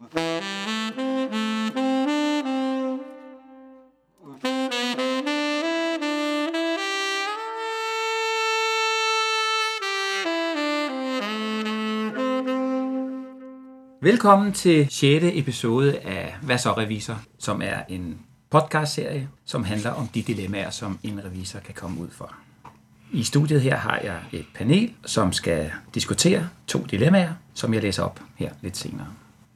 Velkommen til 6. episode af Hvad så revisor, som er en podcastserie, som handler om de dilemmaer, som en revisor kan komme ud for. I studiet her har jeg et panel, som skal diskutere 2 dilemmaer, som jeg læser op her lidt senere.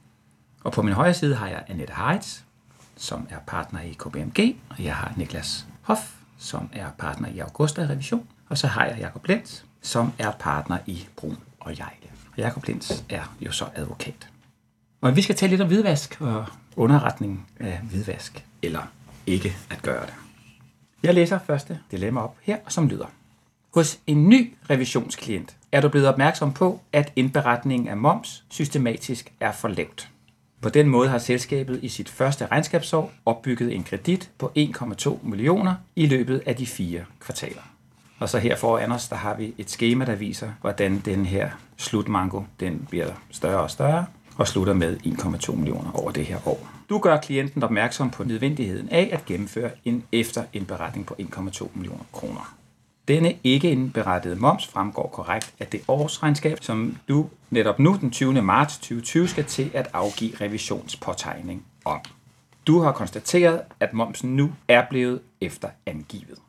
Og på min højre side har jeg Annette Heitz, som er partner i KPMG, og jeg har Niklas Hoff, som er partner i Augusta Revision, og så har jeg Jakob Lentz, som er partner i Brun og Jejle. Og Jakob Lentz er jo så advokat. Og vi skal tale lidt om hvidvask og underretning af hvidvask, eller ikke at gøre det. Jeg læser første dilemma op her, som lyder. Hos en ny revisionsklient er du blevet opmærksom på, at indberetningen af moms systematisk er for lavt. På den måde har selskabet i sit første regnskabsår opbygget en kredit på 1,2 millioner i løbet af de 4 kvartaler. Og så her foran os, der har vi et skema, der viser, hvordan den her slutmanko den bliver større og større, og slutter med 1,2 millioner over det her år. Du gør klienten opmærksom på nødvendigheden af at gennemføre en efterindberetning på 1,2 millioner kroner. Denne ikke indberettede moms fremgår korrekt af det årsregnskab, som du netop nu den 20. marts 2020 skal til at afgive revisionspåtegning om. Du har konstateret, at momsen nu er blevet efterangivet.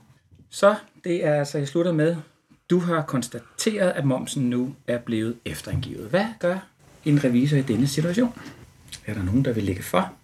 Så det er altså, jeg slutter med, du har konstateret, at momsen nu er blevet efterangivet. Hvad gør en revisor i denne situation? Er der nogen, der vil lægge for?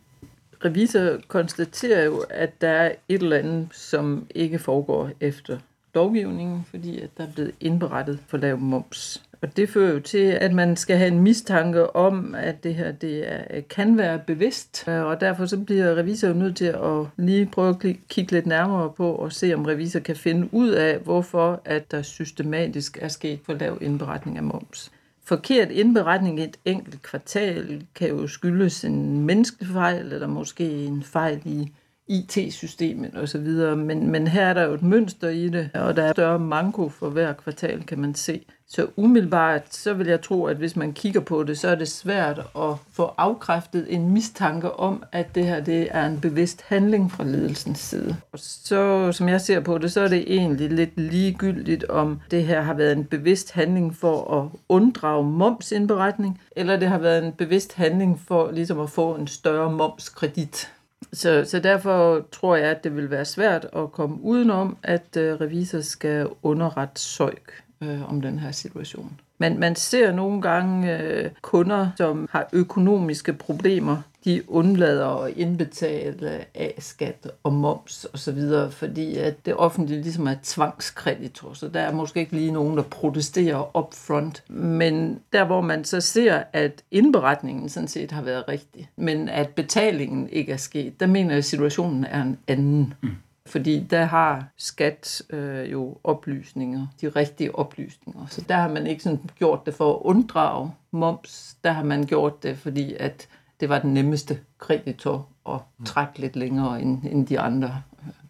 Revisor konstaterer jo, at der er et eller andet, som ikke foregår efter lovgivningen, fordi at der er blevet indberettet for lav moms. Og det fører jo til, at man skal have en mistanke om, at det her kan være bevidst. Og derfor så bliver revisor jo nødt til at lige prøve at kigge lidt nærmere på og se, om revisor kan finde ud af, hvorfor at der systematisk er sket for lav indberetning af moms. Forkert indberetning i et enkelt kvartal kan jo skyldes en menneskelig fejl, eller måske en fejl i IT-systemet osv., men her er der jo et mønster i det, og der er større manko for hver kvartal, kan man se. Så umiddelbart, så vil jeg tro, at hvis man kigger på det, så er det svært at få afkræftet en mistanke om, at det her det er en bevidst handling fra ledelsens side. Og så, som jeg ser på det, så er det egentlig lidt ligegyldigt, om det her har været en bevidst handling for at unddrage momsindberetning, eller det har været en bevidst handling for ligesom at få en større momskredit. Så derfor tror jeg, at det vil være svært at komme udenom, at revisor skal underrette SØIK om den her situation. Men man ser nogle gange kunder, som har økonomiske problemer. De undlader at indbetale A-skat og moms osv., fordi at det offentlige ligesom er tvangskreditor, så der er måske ikke lige nogen, der protesterer upfront. Men der, hvor man så ser, at indberetningen sådan set har været rigtig, men at betalingen ikke er sket, der mener jeg, at situationen er en anden. Fordi der har skat jo oplysninger, de rigtige oplysninger. Så der har man ikke sådan gjort det for at unddrage moms. Der har man gjort det, fordi at det var den nemmeste kreditor at trække lidt længere end de andre.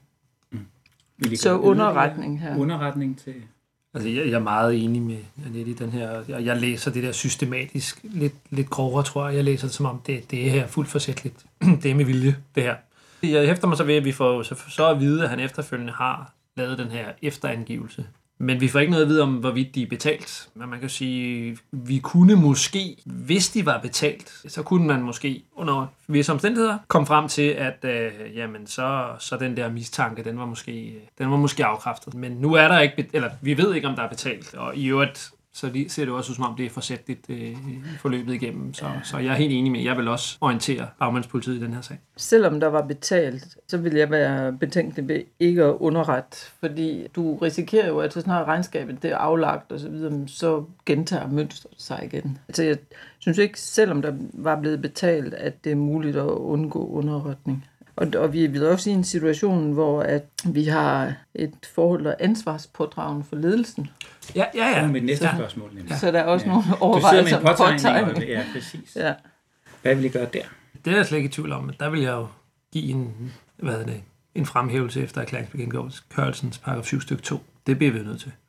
Så underretning her. Underretning til... Altså, jeg er meget enig med Annette i den her. Jeg læser det der systematisk lidt grovere, tror jeg. Jeg læser det som om, det er her fuldt forsætligt. Det er med vilje, det her. Jeg hæfter mig så ved, at vi får så at vide, at han efterfølgende har lavet den her efterangivelse. Men vi får ikke noget at vide om, hvorvidt de er betalt. Men man kan sige, vi kunne måske, hvis de var betalt, så kunne man måske under visse omstændigheder komme frem til, at jamen så den der mistanke, den var måske afkræftet. Men nu er der ikke, eller vi ved ikke, om der er betalt. Og i øvrigt, så ser det også ud som om, det er forsætligt forløbet igennem. Så jeg er helt enig med, jeg vil også orientere bagmandspolitiet i den her sag. Selvom der var betalt, så vil jeg være betænkelig ved ikke at underrette, fordi du risikerer jo, at så snart regnskabet det er aflagt og så videre, så gentager mønstret sig igen. Altså jeg synes ikke, selvom der var blevet betalt, at det er muligt at undgå underretning. Og vi er også i en situation, hvor at vi har et forhold og ansvarspådragen for ledelsen. Ja. Med næste spørgsmål. Så der er også nogle overvejelser om påtegning. Ja, præcis. Ja. Hvad vil I gøre der? Det er jeg slet ikke i tvivl om. Der vil jeg jo give en fremhævelse efter erklæringsbekendtgørelsens paragraf 7 stykke 2. Det bliver vi nødt til.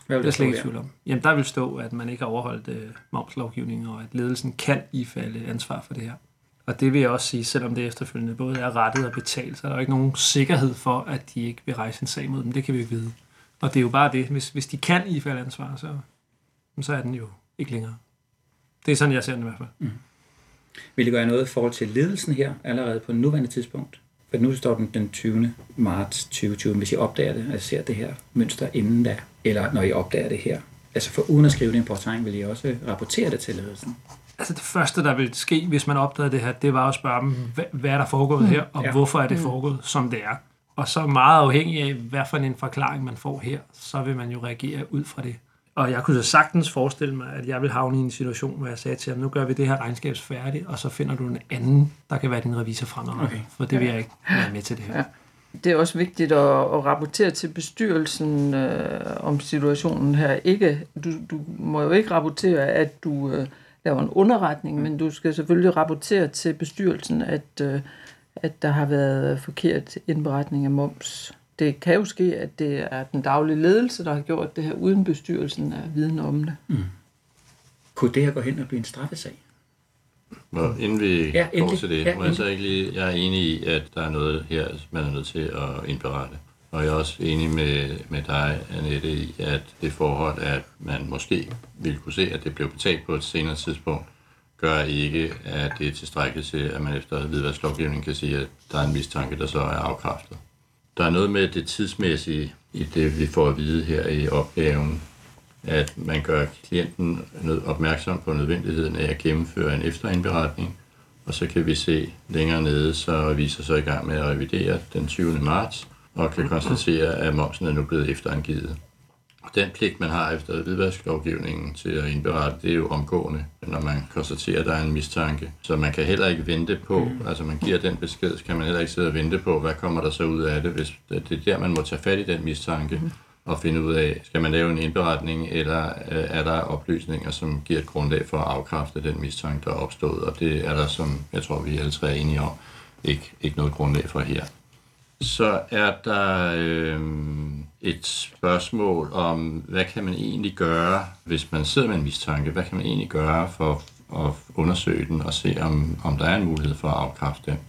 Hvad vil Det er der slet ikke stå tvivl om. Jamen, der vil stå, at man ikke har overholdt momslovgivningen, og at ledelsen kan ifalde ansvar for det her. Og det vil jeg også sige, selvom det efterfølgende både er rettet og betalt, så er der jo ikke nogen sikkerhed for, at de ikke vil rejse en sag mod dem. Det kan vi ikke vide. Og det er jo bare det. Hvis de kan ifalde ansvar, så er den jo ikke længere. Det er sådan, jeg ser den i hvert fald. Mm. Vil I gøre noget i forhold til ledelsen her, allerede på nuværende tidspunkt? For nu står den 20. marts 2020, hvis I opdager det, og ser det her mønster inden da, eller når I opdager det her. Altså for uden at skrive det i en portræt, vil I også rapportere det til ledelsen? Altså det første, der vil ske, hvis man opdagede det her, det var at spørge dem, hvad er der foregået her, og hvorfor er det foregået, som det er. Og så meget afhængig af, hvad for en forklaring man får her, så vil man jo reagere ud fra det. Og jeg kunne så sagtens forestille mig, at jeg vil havne i en situation, hvor jeg sagde til ham, nu gør vi det her regnskabs færdigt, og så finder du en anden, der kan være din revisor fremadrettet. Okay. For det vil jeg ikke være med til det her. Ja. Det er også vigtigt at rapportere til bestyrelsen om situationen her. Du må jo ikke rapportere, at du laver en underretning, men du skal selvfølgelig rapportere til bestyrelsen, at der har været forkert indberetning af moms. Det kan jo ske, at det er den daglige ledelse, der har gjort det her, uden bestyrelsen er viden om det. Mm. Kunne det her gå hen og blive en straffesag? Inden vi går til det, må jeg så ikke lige, jeg er enig i, at der er noget her, man er nødt til at indberette. Og jeg er også enig med dig, Annette, i, at det forhold, at man måske ville kunne se, at det blev betalt på et senere tidspunkt, gør ikke, at det er tilstrækkeligt til, at man efter hvidvasklovgivningen kan sige, at der er en mistanke, der så er afkræftet. Der er noget med det tidsmæssige i det, vi får at vide her i opgaven, at man gør klienten opmærksom på nødvendigheden af at gennemføre en efterindberetning, og så kan vi se længere nede, så viser sig i gang med at revidere den 20. marts, og kan konstatere, at momsen er nu blevet efterangivet. Den pligt, man har efter hvidvasklovgivningen til at indberette, det er jo omgående, når man konstaterer, at der er en mistanke. Så man kan heller ikke vente på, altså man giver den besked, så kan man heller ikke sidde og vente på, hvad kommer der så ud af det, hvis det er der, man må tage fat i den mistanke og finde ud af, skal man lave en indberetning, eller er der oplysninger, som giver et grundlag for at afkræfte den mistanke, der er opstået, og det er der, som jeg tror, vi alle tre er enige om, ikke noget grundlag for her. Så er der et spørgsmål om, hvad kan man egentlig gøre, hvis man sidder med en mistanke? Hvad kan man egentlig gøre for at undersøge den og se, om der er en mulighed for at afkræfte den?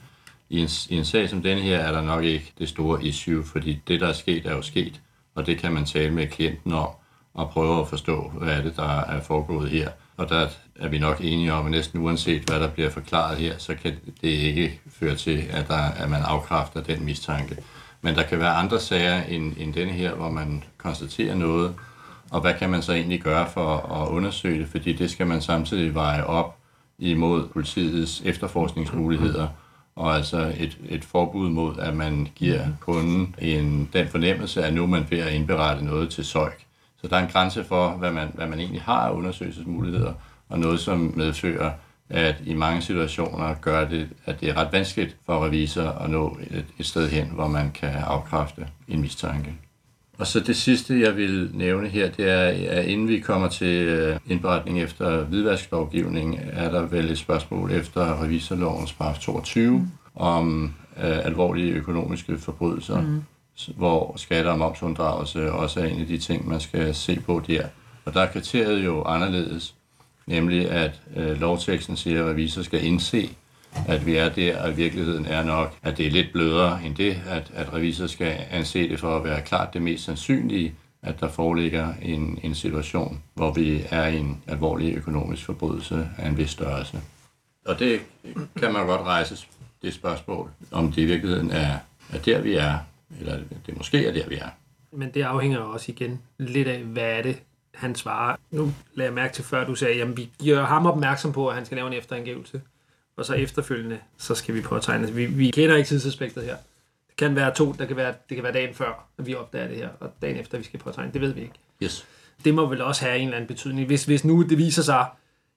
I en sag som denne her er der nok ikke det store issue, fordi det, der er sket, er jo sket, og det kan man tale med klienten om og prøve at forstå, hvad er det, der er foregået her. Og der er vi nok enige om, at næsten uanset hvad der bliver forklaret her, så kan det ikke føre til, at man afkræfter den mistanke. Men der kan være andre sager end denne her, hvor man konstaterer noget, og hvad kan man så egentlig gøre for at undersøge det, fordi det skal man samtidig veje op imod politiets efterforskningsmuligheder, og altså et forbud mod, at man giver kunden den fornemmelse, at nu er man ved at indberette noget til SØIK. Så der er en grænse for, hvad man egentlig har af undersøgelsesmuligheder, og noget, som medfører, at i mange situationer gør det, at det er ret vanskeligt for revisor at nå et sted hen, hvor man kan afkræfte en mistanke. Og så det sidste, jeg vil nævne her, det er, at inden vi kommer til indberetning efter hvidvasklovgivning, er der vel et spørgsmål efter revisorlovens paragraf 22 om alvorlige økonomiske forbrydelser, hvor skatter og momsunddragelse også er en af de ting, man skal se på der. Og der er kriteriet jo anderledes, nemlig at lovteksten siger, at revisor skal indse, at vi er der, og i virkeligheden er nok, at det er lidt blødere end det, at revisor skal anse det for at være klart det mest sandsynlige, at der foreligger en situation, hvor vi er i en alvorlig økonomisk forbrydelse af en vis størrelse. Og det kan man godt rejse det spørgsmål, om det i virkeligheden er der, vi er, eller det måske er der, vi er. Men det afhænger også igen lidt af, hvad er det, han svarer. Nu lagde jeg mærke til før, du sagde, at vi giver ham opmærksom på, at han skal lave en efterangivelse. Og så efterfølgende, så skal vi påtegne. Vi kender ikke tidsaspektet her. Det kan være det kan være dagen før, at vi opdager det her, og dagen efter, vi skal påtegne. Det ved vi ikke. Yes. Det må vel også have en eller anden betydning. Hvis nu det viser sig,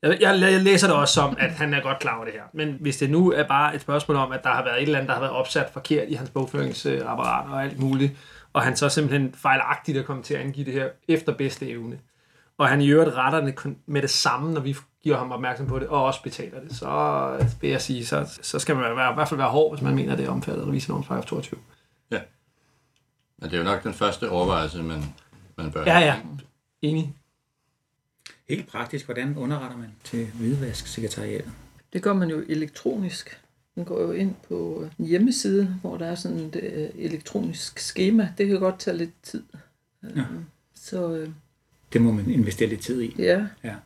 jeg læser det også som, at han er godt klar over det her. Men hvis det nu er bare et spørgsmål om, at der har været et eller andet, der har været opsat forkert i hans bogføringsapparat og alt muligt, og han så simpelthen fejlagtigt er kommet til at angive det her efter bedste evne, og han i øvrigt retter det med det samme, når vi giver ham opmærksom på det, og også betaler det, så vil jeg sige, så skal man i hvert fald være hård, hvis man mener, det er omfattet af revisorlovens paragraf 22. Ja. Men det er jo nok den første overvejelse, man bør Ja. Enig. Helt praktisk, hvordan underretter man til hvidvasksekretariatet? Det gør man jo elektronisk. Man går jo ind på en hjemmeside, hvor der er sådan et elektronisk skema. Det kan godt tage lidt tid. Ja. Så det må man investere lidt tid i. Ja.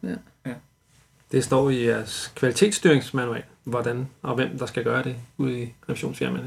Det står i jeres kvalitetsstyringsmanual, hvordan og hvem der skal gøre det ude i revisionsfirmaerne.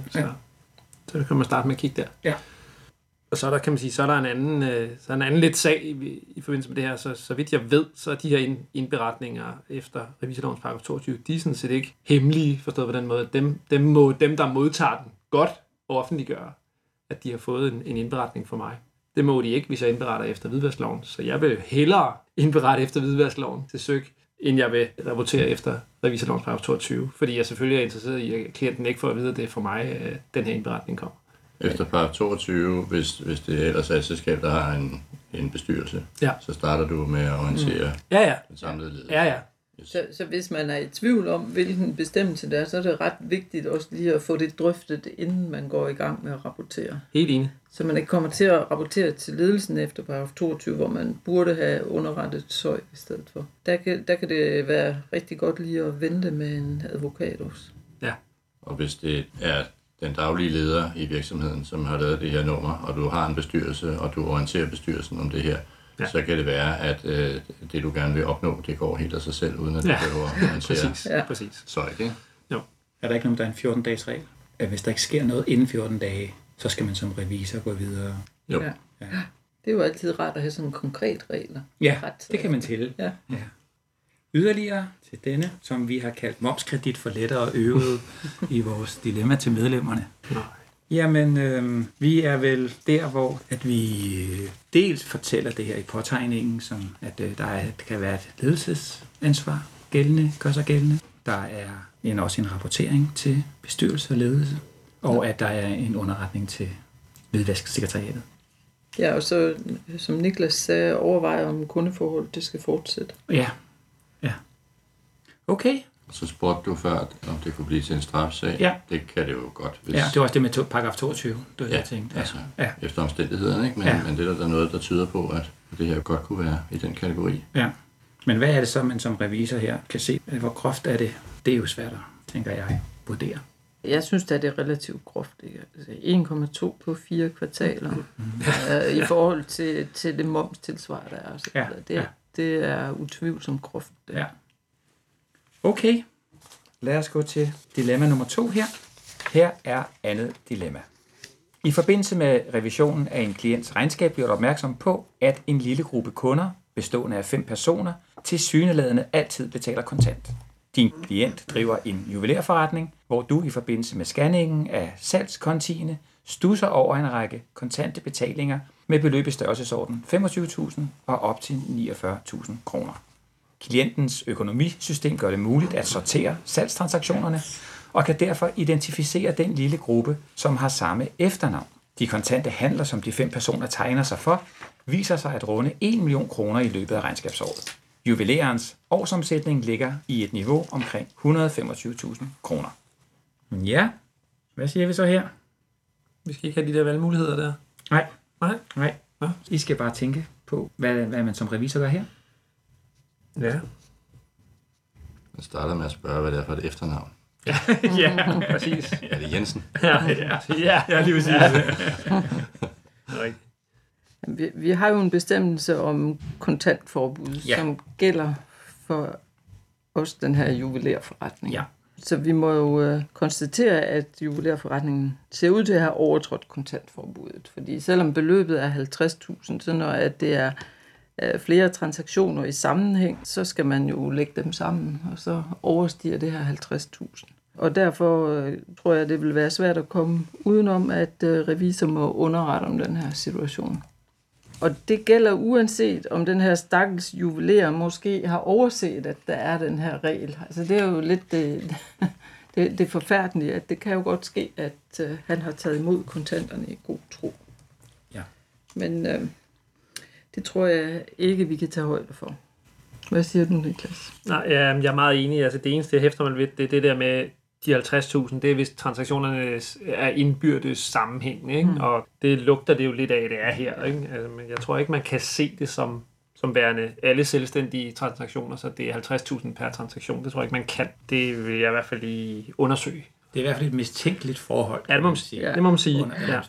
Så kan man starte med at kigge der. Ja. Og så er der, kan man sige, så er der en anden lidt sag i forbindelse med det her. Så vidt jeg ved, så er de her indberetninger efter revisorlovens paragraf 22, de er sådan set ikke hemmelige, forstået på den måde. Dem der modtager den, godt offentliggøre, at de har fået en indberetning for mig. Det må de ikke, hvis jeg indberetter efter hvidvaskloven. Så jeg vil hellere indberette efter hvidvaskloven til SØK, end jeg vil rapportere efter revisorlovens paragraf 22. Fordi jeg selvfølgelig er interesseret i, at klienten ikke får at vide, at det er for mig, at den her indberetning kommer. Efter paragraf 22, hvis det ellers er et selskab, der har en bestyrelse, så starter du med at orientere den samlede ledelse. Ja. Så hvis man er i tvivl om, hvilken bestemmelse det er, så er det ret vigtigt også lige at få det drøftet, inden man går i gang med at rapportere. Helt enig. Så man ikke kommer til at rapportere til ledelsen efter paragraf 22, hvor man burde have underrettet SØK i stedet for. Der kan det være rigtig godt lige at vente med en advokat også. Ja. Og hvis det er den daglige leder i virksomheden, som har lavet det her nummer, og du har en bestyrelse, og du orienterer bestyrelsen om det her, så kan det være, at det du gerne vil opnå, det går helt af sig selv, uden at du behøver at orientere. Præcis. Så ikke? Jo. Er der ikke nogen, der er en 14-dages regel? At hvis der ikke sker noget inden 14 dage, så skal man som revisor gå videre? Jo. Ja. Det er jo altid rart at have sådan en konkret regler. Ja, det kan man tælle. Ja. Yderligere til denne, som vi har kaldt momskredit for lettere øvet i vores dilemma til medlemmerne. Nej. Jamen, vi er vel der, hvor at vi dels fortæller det her i påtegningen, som at der kan være et ledelsesansvar gør sig gældende. Der er også en rapportering til bestyrelse og ledelse, og at der er en underretning til hvidvasksekretariatet. Ja, og så, som Niklas sagde, overveje om kundeforhold, det skal fortsætte. Ja. Okay. Så spurgte du før, om det kunne blive til en strafsag. Ja. Det kan det jo godt. Hvis... Ja, det var også det med paragraf 22, det jeg tænkte. Altså, efter omstændighederne, ikke? Men det er der noget, der tyder på, at det her godt kunne være i den kategori. Ja. Men hvad er det så, man som revisor her kan se? Hvor groft er det? Det er jo svært at, tænker jeg, vurdere. Jeg synes, at det er relativt groft. 1,2 på 4 kvartaler i forhold til det momstilsvar, der er. Det er utvivlsomt groft. Det. Ja. Okay, lad os gå til dilemma nummer 2 her. Her er andet dilemma. I forbindelse med revisionen af en klients regnskab bliver du opmærksom på, at en lille gruppe kunder, bestående af 5 personer, tilsyneladende altid betaler kontant. Din klient driver en juvelérforretning, hvor du i forbindelse med scanningen af salgskontiene stusser over en række kontante betalinger med beløb i størrelsesorden 25.000 og op til 49.000 kroner. Klientens økonomisystem gør det muligt at sortere salgstransaktionerne og kan derfor identificere den lille gruppe, som har samme efternavn. De kontante handler, som de 5 personer tegner sig for, viser sig at runde 1 million kroner i løbet af regnskabsåret. Juvelærens årsomsætning ligger i et niveau omkring 125.000 kroner. Ja, hvad siger vi så her? Vi skal ikke have de der valgmuligheder der. Nej. Ja. I skal bare tænke på, hvad man som revisor gør her. Ja. Man starter med at spørge, hvad det er for et efternavn. Ja, præcis. Er det Jensen? Ja, lige præcis. Vi har jo en bestemmelse om kontantforbud, som gælder for også den her juvelérforretning. Ja. Så vi må jo konstatere, at juvelérforretningen ser ud til at have overtrådt kontantforbuddet. Fordi selvom beløbet er 50.000, så når at det er flere transaktioner i sammenhæng, så skal man jo lægge dem sammen, og så overstiger det her 50.000. Og derfor tror jeg, det vil være svært at komme udenom, at revisor må underrette om den her situation. Og det gælder uanset, om den her stakkels juvelér måske har overset, at der er den her regel. Altså det er jo lidt det forfærdelige, at det kan jo godt ske, at han har taget imod kontanterne i god tro. Ja. Men det tror jeg ikke, vi kan tage højde for. Hvad siger du, Niklas? Nej, jeg er meget enig. Altså det eneste, jeg hæfter mig ved, det er det der med de 50.000, det er hvis transaktionerne er indbyrdes sammenhængende, ikke? Og det lugter det jo lidt af, det er her, ikke? Altså, men jeg tror ikke, man kan se det som som værende alle selvstændige transaktioner, så det er 50.000 per transaktion. Det tror jeg ikke, man kan. Det vil jeg i hvert fald lige undersøge. Det er i hvert fald et mistænkeligt forhold. Ja, det må man sige.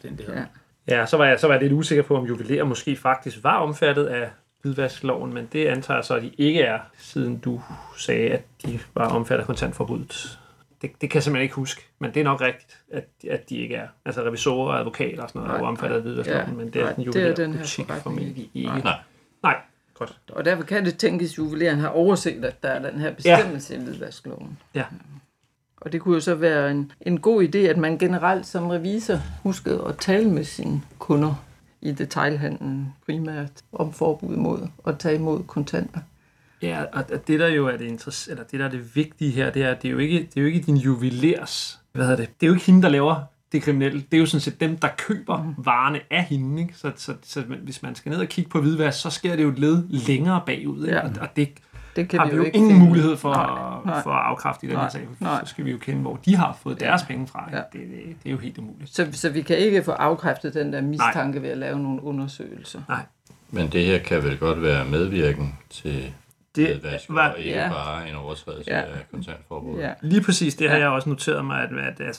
Ja, så var jeg lidt usikker på, om juvelérer måske faktisk var omfattet af hvidvaskloven, men det antager så, at de ikke er, siden du sagde, at de var omfattet af kontantforbuddet. Det kan jeg simpelthen ikke huske, men det er nok rigtigt, at de ikke er. Altså revisorer og advokater og sådan noget er jo omfattet af hvidvaskloven, men det er den juvelérbutik formentlig ikke. Nej, godt. Og derfor kan det tænkes, at juveléren har overset, at der er den her bestemmelse i hvidvaskloven. Ja. Og det kunne jo så være en god idé, at man generelt som revisor huskede at tale med sine kunder i detailhandlen primært om forbud mod at tage imod kontanter. Ja, og det der jo er det der er det vigtige her, det er, at det er jo ikke din juvelérs, det er jo ikke hende, der laver det kriminelle. Det er jo sådan set dem, der køber varerne af hende, ikke? Så hvis man skal ned og kigge på hvidvask, så sker det jo et led længere bagud, ikke? Ja. Og det kan har vi jo ingen mulighed for at afkræfte i den her sag. Så skal vi jo kende, hvor de har fået deres penge fra. Ja. Det er jo helt umuligt. Så vi kan ikke få afkræftet den der mistanke ved at lave nogle undersøgelser. Nej. Men det her kan vel godt være medvirken til hvidvask, og ikke bare en overtrædelse af kontantforbuddet. Ja. Lige præcis, det har jeg også noteret mig, at altså,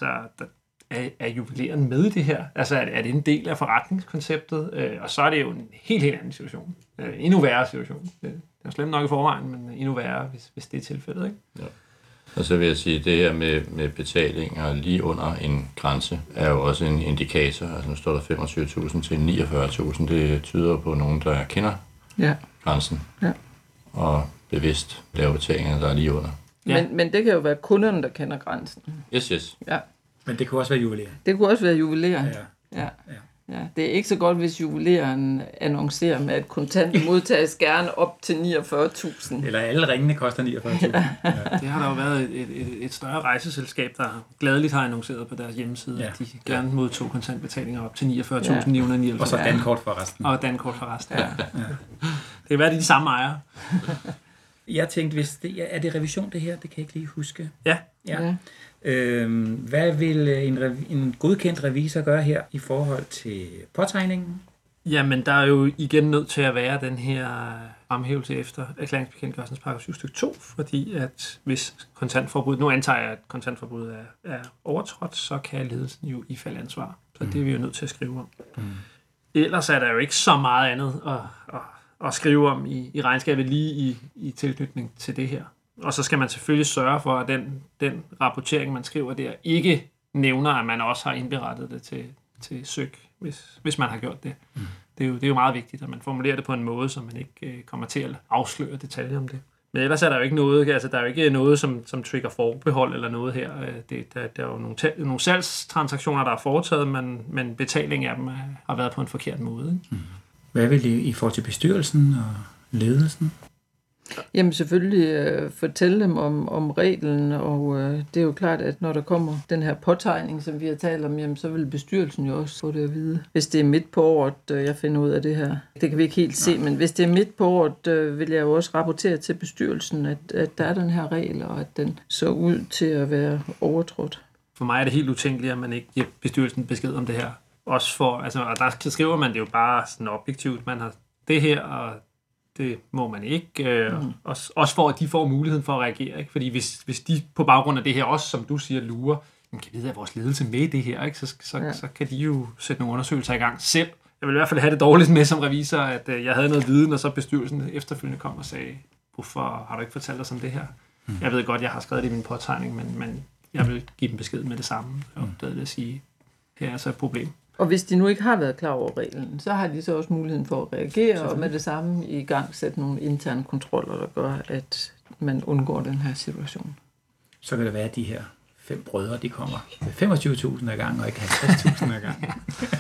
er juveléren med i det her? Altså er det en del af forretningskonceptet? Og så er det jo en helt anden situation. Endnu værre situation. Det er jo slemt nok i forvejen, men endnu værre, hvis det er tilfældet, ikke? Ja. Og så vil jeg sige, at det her med betalinger lige under en grænse er jo også en indikator. Altså nu står der 25.000 til 49.000. Det tyder på nogen, der kender grænsen. Ja. Og bevidst laver betalinger, der er lige under. Ja. Men det kan jo være kunderne, der kender grænsen. Yes. Ja. Men det kunne også være juveléren. Det kunne også være juveléren. Ja. Det er ikke så godt, hvis juveléren annoncerer med, at kontant modtages gerne op til 49.000. Eller alle ringene koster 49.000. Ja. Det har der jo været et større rejseselskab, der gladeligt har annonceret på deres hjemmeside, at de gerne modtog kontantbetalinger op til 49.999. Og så dankort for resten. Ja. Det kan være, de samme ejere. Jeg tænkte, er det revision det her? Det kan jeg ikke lige huske. Ja. Hvad vil en godkendt revisor gøre her i forhold til påtegningen? Jamen, der er jo igen nødt til at være den her fremhævelse efter erklæringsbekendtgørelsens paragraf 7 stykke 2, fordi at hvis kontantforbud, nu antager jeg, at kontantforbuddet er overtrådt, så kan ledelsen jo ifalde ansvar. Så det er vi jo nødt til at skrive om. Ellers er der jo ikke så meget andet at skrive om i regnskabet lige i tilknytning til det her. Og så skal man selvfølgelig sørge for, at den rapportering, man skriver der, ikke nævner, at man også har indberettet det til søg, hvis man har gjort det. Det er jo meget vigtigt, at man formulerer det på en måde, så man ikke kommer til at afsløre detaljer om det. Men ellers er der jo ikke noget, altså der er jo ikke noget, som trigger forbehold eller noget her. Der er jo nogle salgstransaktioner, der er foretaget, men betaling af dem har været på en forkert måde. Ikke? Hvad vil I forhold til bestyrelsen og ledelsen? Jamen selvfølgelig fortælle dem om reglen, og det er jo klart, at når der kommer den her påtegning, som vi har talt om, jamen, så vil bestyrelsen jo også få det at vide. Hvis det er midt på året, jeg finder ud af det her. Det kan vi ikke helt se, men hvis det er midt på året, vil jeg jo også rapportere til bestyrelsen, at der er den her regel, og at den så ud til at være overtrådt. For mig er det helt utænkeligt, at man ikke giver bestyrelsen besked om det her. Også for, altså, og der skriver man det jo bare sådan objektivt, man har det her, og det må man ikke. Også for, at de får muligheden for at reagere. Ikke? Fordi hvis de på baggrund af det her, også som du siger, lurer, man kan vide, at vores ledelse med i det her, ikke? Så kan de jo sætte nogle undersøgelser i gang selv. Jeg vil i hvert fald have det dårligt med som revisor, at jeg havde noget viden, og så bestyrelsen efterfølgende kom og sagde, hvorfor har du ikke fortalt os om det her? Jeg ved godt, jeg har skrevet det i min påtegning, men jeg vil give dem besked med det samme. Og det vil sige, her er så et problem. Og hvis de nu ikke har været klar over reglen, så har de så også muligheden for at reagere og med det samme i gang sætte nogle interne kontroller, der gør, at man undgår den her situation. Så kan det være, at de her 5 brødre, de kommer med 25.000 ad gang og ikke 50.000 ad gang.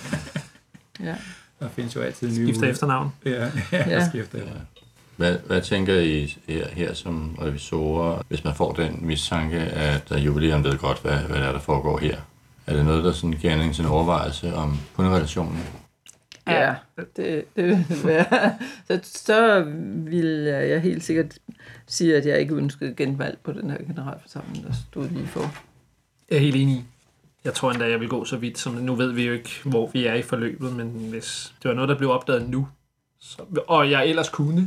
Ja. Der findes jo altid nye skifter efternavn. Ja. Skifter. Hvad tænker I her som revisorer, hvis man får den mistanke, at juveléren ved godt, hvad det er, der foregår her? Er det noget, der sådan giver anledning til en overvejelse om kunderelationen? Ja, det vil være. Så vil jeg helt sikkert sige, at jeg ikke ønskede genvalg på den her generalforsamling, der stod lige for. Jeg er helt enig. Jeg tror endda, jeg vil gå så vidt, som nu ved vi jo ikke, hvor vi er i forløbet, men hvis det var noget, der blev opdaget nu, og jeg ellers kunne,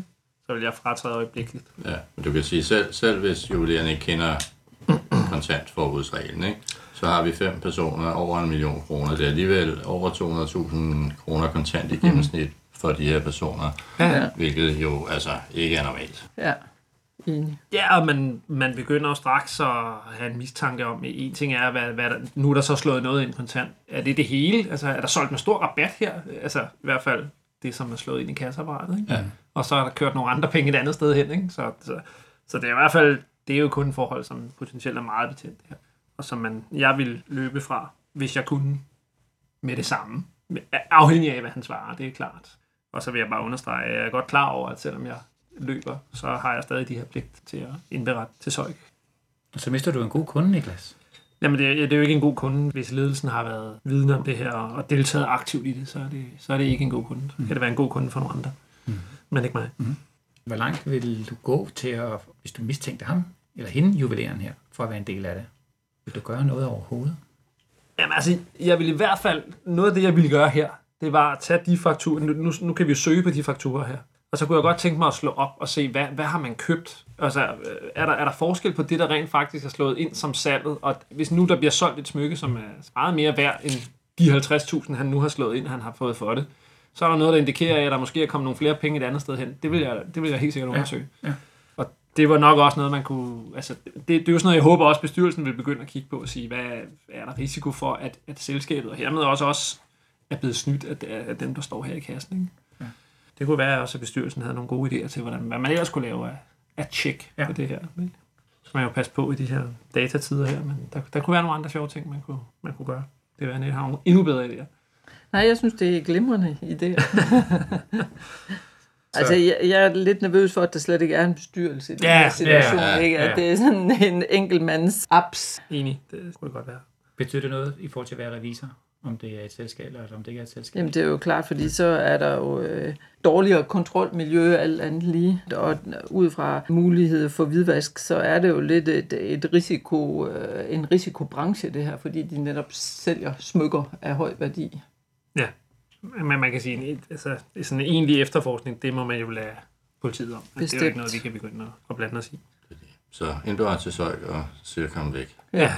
så vil jeg fratræde øjeblikkeligt. Ja, men du kan sige, selv hvis juveleren ikke kender kontantforbudsreglen, ikke? Så har vi 5 personer over 1 million kroner. Det er alligevel over 200.000 kroner kontant i gennemsnit for de her personer, hvilket jo altså ikke er normalt. Ja. Ja, men man begynder jo straks at have en mistanke om, en ting er, hvad der, nu er der så slået noget ind kontant. Er det hele? Altså, er der solgt med stor rabat her? Altså, i hvert fald det, som er slået ind i kasseapparatet, ikke? Ja. Og så er der kørt nogle andre penge et andet sted hen, ikke? Så det er i hvert fald, det er jo kun et forhold, som potentielt er meget betændt her. Og som jeg vil løbe fra, hvis jeg kunne med det samme. Afhængig af, hvad han svarer, det er klart. Og så vil jeg bare understrege, at jeg er godt klar over, at selvom jeg løber, så har jeg stadig de her pligt til at indberette til SØIK. Og så mister du en god kunde, Niklas. Jamen, det er jo ikke en god kunde, hvis ledelsen har været vidne om det her og deltaget aktivt i det, så er det ikke en god kunde. Så kan det være en god kunde for nogle andre, men ikke mig. Hvor langt vil du gå til at, hvis du mistænkte ham, eller hende, juveleren her, for at være en del af det? Vil du gøre noget overhovedet? Jamen altså, jeg vil i hvert fald, noget af det, jeg ville gøre her, det var at tage de fakturer, nu kan vi jo søge på de fakturer her, og så kunne jeg godt tænke mig at slå op og se, hvad har man købt? Altså, er der forskel på det, der rent faktisk er slået ind som salget, og hvis nu der bliver solgt et smykke, som er meget mere værd end de 50.000, han nu har slået ind, han har fået for det, så er der noget, der indikerer, at der måske er kommet nogle flere penge et andet sted hen. Det vil jeg helt sikkert undersøge. Ja. Og det var nok også noget, man kunne... Altså, det er jo sådan noget, jeg håber også, bestyrelsen vil begynde at kigge på og sige, hvad er der risiko for, at selskabet, og hermed også er blevet snydt af dem, der står her i kassen, ikke? Ja. Det kunne være, at også bestyrelsen havde nogle gode idéer til, hvad man ellers kunne lave af tjek på det her. Ikke? Så man jo passe på i de her datatider her, men der kunne være nogle andre sjove ting, man kunne gøre. Det vil have nogle endnu bedre idéer. Nej, jeg synes, det er glimrende idéer. Altså, jeg er lidt nervøs for, at der slet ikke er en bestyrelse i den her situation. Ikke? At det er sådan en enkeltmands apps. Enig, det skulle det godt være. Betyder det noget i forhold til at være revisor? Om det er et selskab, eller om det ikke er et selskab? Jamen, det er jo klart, fordi så er der jo dårligere kontrolmiljø alt andet lige. Og ud fra mulighed for hvidvask, så er det jo lidt en risikobranche, det her, fordi de netop sælger smykker af høj værdi. Ja, men man kan sige, altså sådan en egentlig efterforskning, det må man jo lade politiet om. Det er jo ikke noget, vi kan begynde at blande os i. Så indberette til SØIK og se at komme væk. Ja.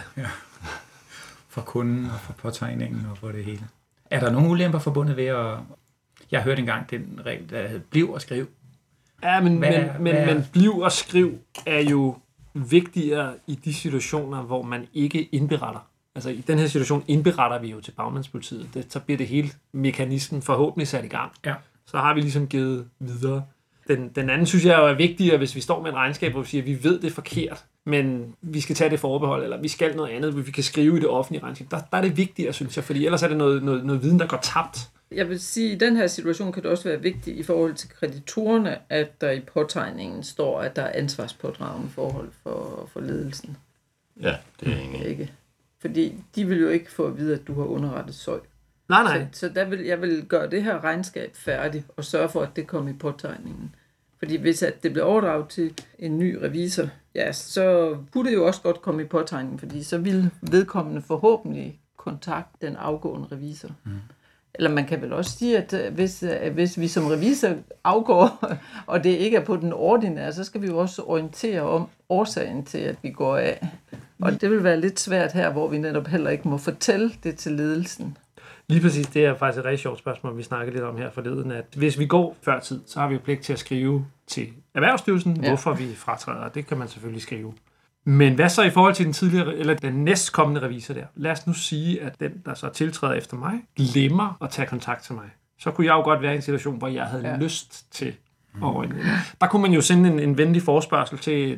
For kunden og for påtegningen og for det hele. Er der nogle ulemper forbundet ved at... Jeg har hørt engang den regel, der hedder bliv og skriv. Ja, men bliv og skriv er jo vigtigere i de situationer, hvor man ikke indberetter. Altså i den her situation indberetter vi jo til bagmandspolitiet. Så bliver det hele mekanismen forhåbentlig sat i gang. Ja. Så har vi ligesom givet videre. Den anden synes jeg jo er vigtigere, hvis vi står med et regnskab, hvor vi siger, at vi ved det er forkert, men vi skal tage det forbehold, eller vi skal noget andet, hvor vi kan skrive i det offentlige regnskab. Der er det vigtigere, synes jeg, fordi ellers er det noget viden, der går tabt. Jeg vil sige, at i den her situation kan det også være vigtigt i forhold til kreditorerne, at der i påtegningen står, at der er ansvarspådragende forhold for ledelsen. Ja, det er egentlig ikke. Fordi de vil jo ikke få at vide, at du har underrettet SØIK. Nej. Så jeg vil gøre det her regnskab færdigt og sørge for, at det kommer i påtegningen. Fordi hvis at det bliver overdraget til en ny revisor, ja, så kunne det jo også godt komme i påtegningen, fordi så vil vedkommende forhåbentlig kontakte den afgående revisor. Eller man kan vel også sige, at hvis vi som revisor afgår, og det ikke er på den ordinære, så skal vi jo også orientere om årsagen til, at vi går af. Og det vil være lidt svært her, hvor vi netop heller ikke må fortælle det til ledelsen. Lige præcis, det er faktisk et rigtig sjovt spørgsmål, vi snakkede lidt om her forleden, at hvis vi går før tid, så har vi jo pligt til at skrive til Erhvervsstyrelsen, hvorfor vi fratræder. Det kan man selvfølgelig skrive. Men hvad så i forhold til den tidligere, eller den næstkommende revisor der? Lad os nu sige, at den, der så tiltræder efter mig, glemmer at tage kontakt til mig. Så kunne jeg jo godt være i en situation, hvor jeg havde lyst til at orientere. Der kunne man jo sende en venlig forespørgsel til,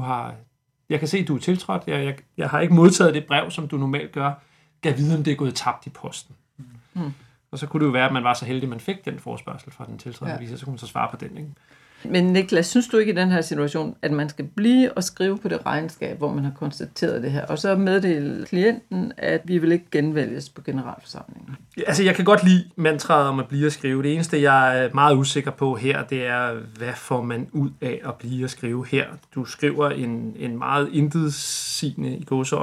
jeg kan se, at du er tiltrådt, jeg har ikke modtaget det brev, som du normalt gør, gav vide, om det er gået tabt i posten. Og så kunne det jo være, at man var så heldig, at man fik den forespørgsel fra den tiltrædende revisor, så kunne man så svare på den, ikke? Men Niklas, synes du ikke i den her situation, at man skal blive og skrive på det regnskab, hvor man har konstateret det her, og så meddele klienten, at vi vil ikke genvælges på generalforsamlingen? Altså, jeg kan godt lide mantraet om at blive og skrive. Det eneste, jeg er meget usikker på her, det er, hvad får man ud af at blive og skrive her? Du skriver en meget intetsigende i gåseøjne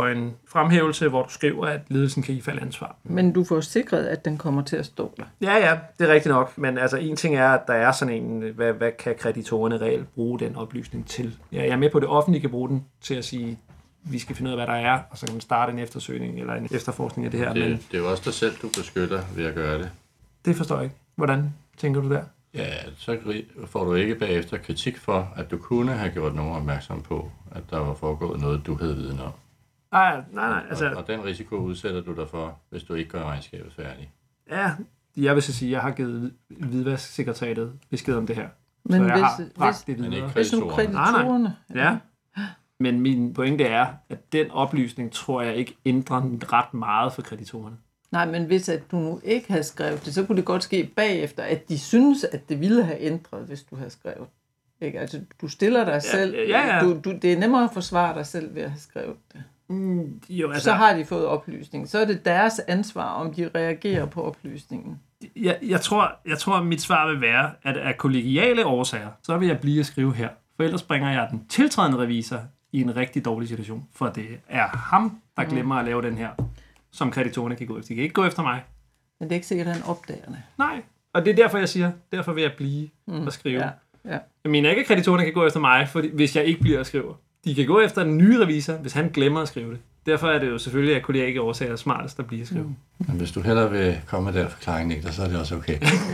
fremhævelse, hvor du skriver, at ledelsen kan ifalde ansvar. Men du får sikret, at den kommer til at stå der. Ja, det er rigtigt nok. Men altså, en ting er, at der er sådan en, hvad kan kreditorerne reelt bruge den oplysning til? Jeg er med på, at det offentlige kan bruge den til at sige, vi skal finde ud af, hvad der er, og så kan man starte en eftersøgning eller en efterforskning af det her. Det er jo også dig selv, du beskytter ved at gøre det. Det forstår jeg ikke. Hvordan tænker du der? Ja, så får du ikke bagefter kritik for, at du kunne have gjort nogen opmærksom på, at der var foregået noget, du havde viden om. Nej. Altså, og den risiko udsætter du dig for, hvis du ikke gør regnskabet færdigt. Ja, jeg vil så sige, at jeg har givet Hvidvasksekretariatet besked om det her. Men så jeg har bragt det videre. Men ikke kreditorerne. Ja. Men min pointe er, at den oplysning, tror jeg ikke ændrer ret meget for kreditorerne. Nej, men hvis at du nu ikke havde skrevet det, så kunne det godt ske bagefter, at de synes, at det ville have ændret, hvis du havde skrevet. Ikke? Altså, du stiller dig selv. Ja. Det er nemmere at forsvare dig selv ved at have skrevet det. Jo, altså, så har de fået oplysning. Så er det deres ansvar, om de reagerer på oplysningen. Jeg tror, at mit svar vil være, at af kollegiale årsager, så vil jeg blive at skrive her. For ellers bringer jeg den tiltrædende revisor i en rigtig dårlig situation. For det er ham, der glemmer at lave den her, som kreditorerne kan gå efter. De kan ikke gå efter mig. Men det er ikke sikkert, at han opdager det. Nej, og det er derfor, jeg siger, derfor vil jeg blive at skrive. Ja. Jeg mener ikke, at kreditorerne kan gå efter mig, hvis jeg ikke bliver at skrive. De kan gå efter den nye revisor, hvis han glemmer at skrive det. Derfor er det jo selvfølgelig, at kollegier årsager er smartest at blive at skrive. Men hvis du hellere vil komme med den forklaring, Niklas, så er det også okay.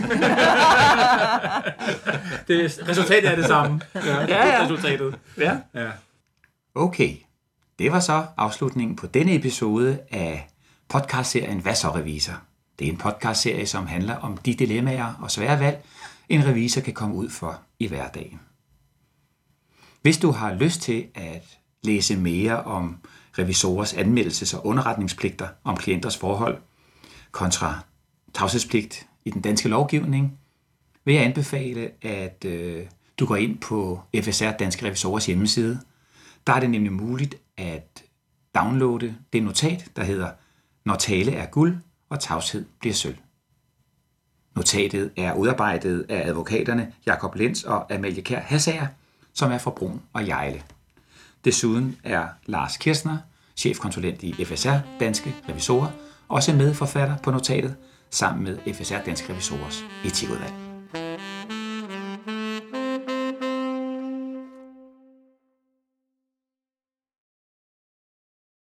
Resultatet er det samme. Ja. Resultatet. Ja. Okay, det var så afslutningen på denne episode af podcastserien Hvad så revisor? Det er en podcastserie, som handler om de dilemmaer og svære valg, en revisor kan komme ud for i hverdagen. Hvis du har lyst til at læse mere om revisorers anmeldelses- og underretningspligter om klienters forhold kontra tavshedspligt i den danske lovgivning, vil jeg anbefale, at du går ind på FSR Danske Revisorers hjemmeside. Der er det nemlig muligt at downloade det notat, der hedder Når tale er guld, og tavshed bliver sølv. Notatet er udarbejdet af advokaterne Jakob Lenz og Amalie Kjær Hassager, som er fra Brun og Jejle. Desuden er Lars Kirstner, chefkonsulent i FSR Danske Revisorer, også medforfatter på notatet, sammen med FSR Danske Revisorers etikudvalg.